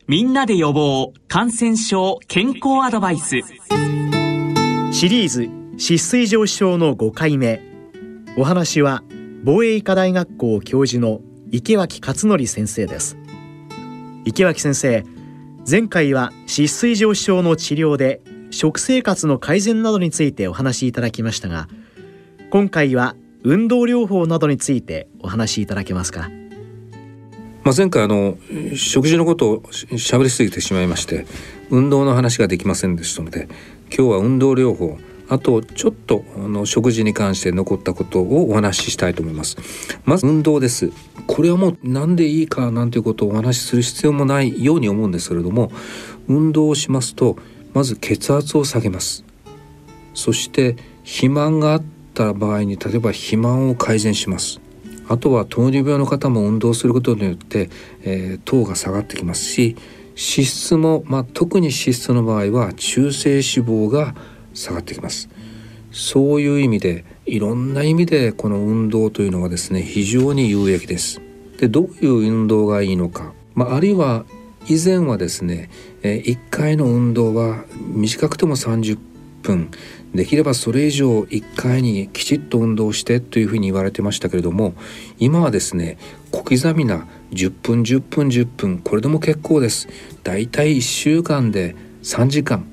みんなで予防感染症健康アドバイスシリーズ脂質異常症の5回目。お話は防衛医科大学校教授の池脇勝則先生です。池脇先生、前回は脂質異常症の治療で食生活の改善などについてお話しいただきましたが、今回は運動療法などについてお話しいただけますか？ 前回食事のことを喋りすぎてしまいまして運動の話ができませんでしたので、今日は運動療法、あとちょっと食事に関して残ったことをお話ししたいと思います。まず運動です。これはもうなんでいいかなんていうことをお話しする必要もないように思うんですけれども、運動をしますとまず血圧を下げます。そして肥満があった場合に例えば肥満を改善します。あとは糖尿病の方も運動することによって、糖が下がってきますし、脂質も、特に脂質の場合は中性脂肪が下がってきます。そういう意味でいろんな意味でこの運動というのはですね、非常に有益です。で、どういう運動がいいのか、あるいは以前はですね、1回の運動は短くても30分、できればそれ以上1回にきちっと運動してというふうに言われてましたけれども、今はですね、小刻みな10分10分10分、これでも結構です。だいたい1週間で3時間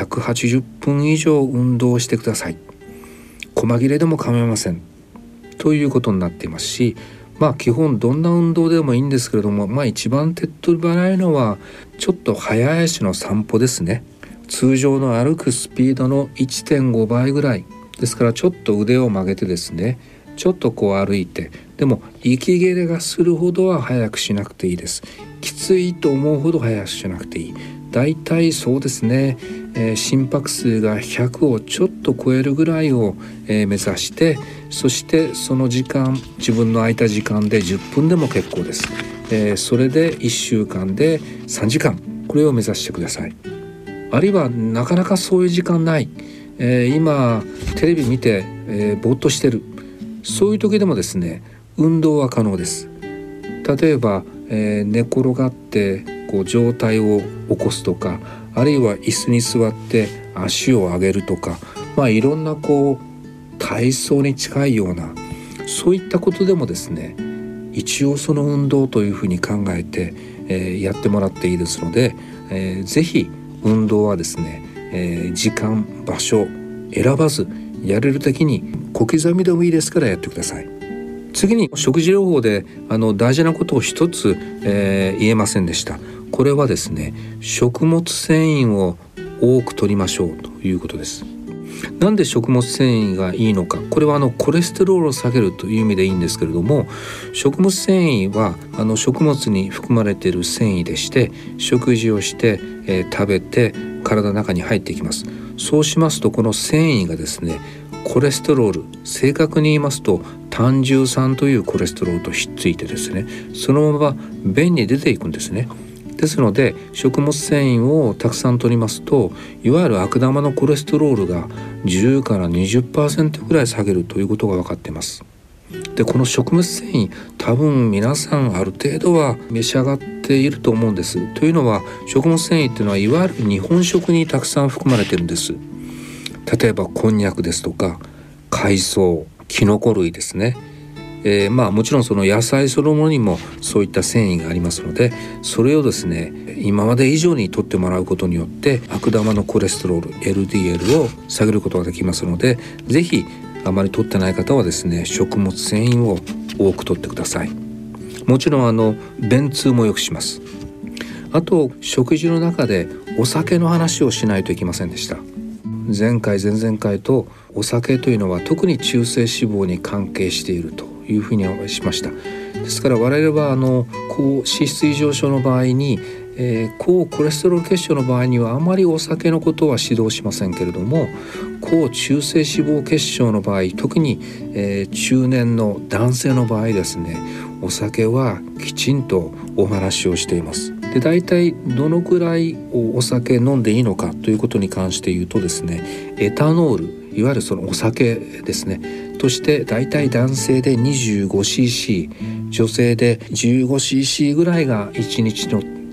180分以上運動してください。細切れでも構いませんということになっていますし、基本どんな運動でもいいんですけれども、一番手っ取り早いのはちょっと早足の散歩ですね。通常の歩くスピードの 1.5 倍ぐらいですから、ちょっと腕を曲げてですね、ちょっと歩いて、でも息切れがするほどは早くしなくていいです。きついと思うほど早くしなくていい。だいたいそうですね、心拍数が100をちょっと超えるぐらいを、目指して、そしてその時間、自分の空いた時間で10分でも結構です。それで1週間で3時間、これを目指してください。あるいはなかなかそういう時間ない、今テレビ見て、ぼーっとしてる、そういう時でもですね、運動は可能です。例えば、寝転がって上体を起こすとか、あるいは椅子に座って足を上げるとか、いろんな体操に近いような、そういったことでもですね、一応その運動というふうに考えて、やってもらっていいですので、ぜひ運動はですね、時間場所選ばず、やれる時に小刻みでもいいですからやってください。次に食事療法で大事なことを一つ、言えませんでした。これはですね、食物繊維を多く摂りましょうということです。なんで食物繊維がいいのか、これはコレステロールを下げるという意味でいいんですけれども、食物繊維は食物に含まれている繊維でして、食事をして、食べて体の中に入っていきます。そうしますと、この繊維がですね、コレステロール、正確に言いますと胆汁酸というコレステロールとひっついてですね、そのまま便に出ていくんですね。ですので食物繊維をたくさん摂りますと、いわゆる悪玉のコレステロールが10から 20% ぐらい下げるということが分かっています。で、この食物繊維、多分皆さんある程度は召し上がっていると思うんです。というのは、食物繊維っていうのはいわゆる日本食にたくさん含まれているんです。例えばこんにゃくですとか海藻、キノコ類ですね。もちろんその野菜そのものにもそういった繊維がありますので、それをですね、今まで以上に摂ってもらうことによって悪玉のコレステロール LDL を下げることができますので、ぜひあまり摂ってない方はですね、食物繊維を多く摂ってください。もちろん便通も良くします。あと食事の中でお酒の話をしないといけませんでした。前回前々回とお酒というのは特に中性脂肪に関係しているというふうにしました。ですから我々は高脂質異常症の場合に、高コレステロール血症の場合にはあまりお酒のことは指導しませんけれども、高中性脂肪血症の場合、特に、中年の男性の場合ですね、お酒はきちんとお話をしています。で、大体どのくらいお酒飲んでいいのかということに関して言うとですね、エタノール、いわゆるそのお酒ですね、として大体男性で 25cc、 女性で 15cc ぐらいが1日の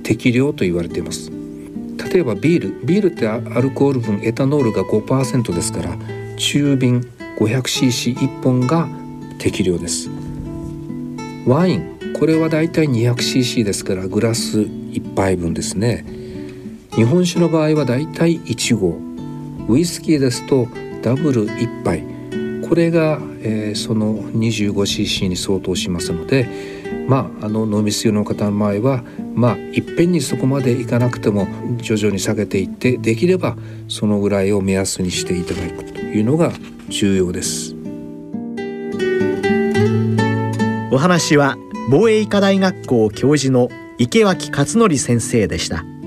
適量と言われています。例えばビールってアルコール分エタノールが 5% ですから、中瓶 500cc1 本が適量です。ワイン、これはだいたい 200cc ですからグラス1杯分ですね。日本酒の場合はだいたい1合、ウイスキーですとダブル1杯、これが、その 25cc に相当しますので、飲みすぎの方の場合はいっぺんにそこまでいかなくても徐々に下げていって、できればそのぐらいを目安にしていただくというのが重要です。 お話は防衛医科大学校教授の池脇勝則先生でした。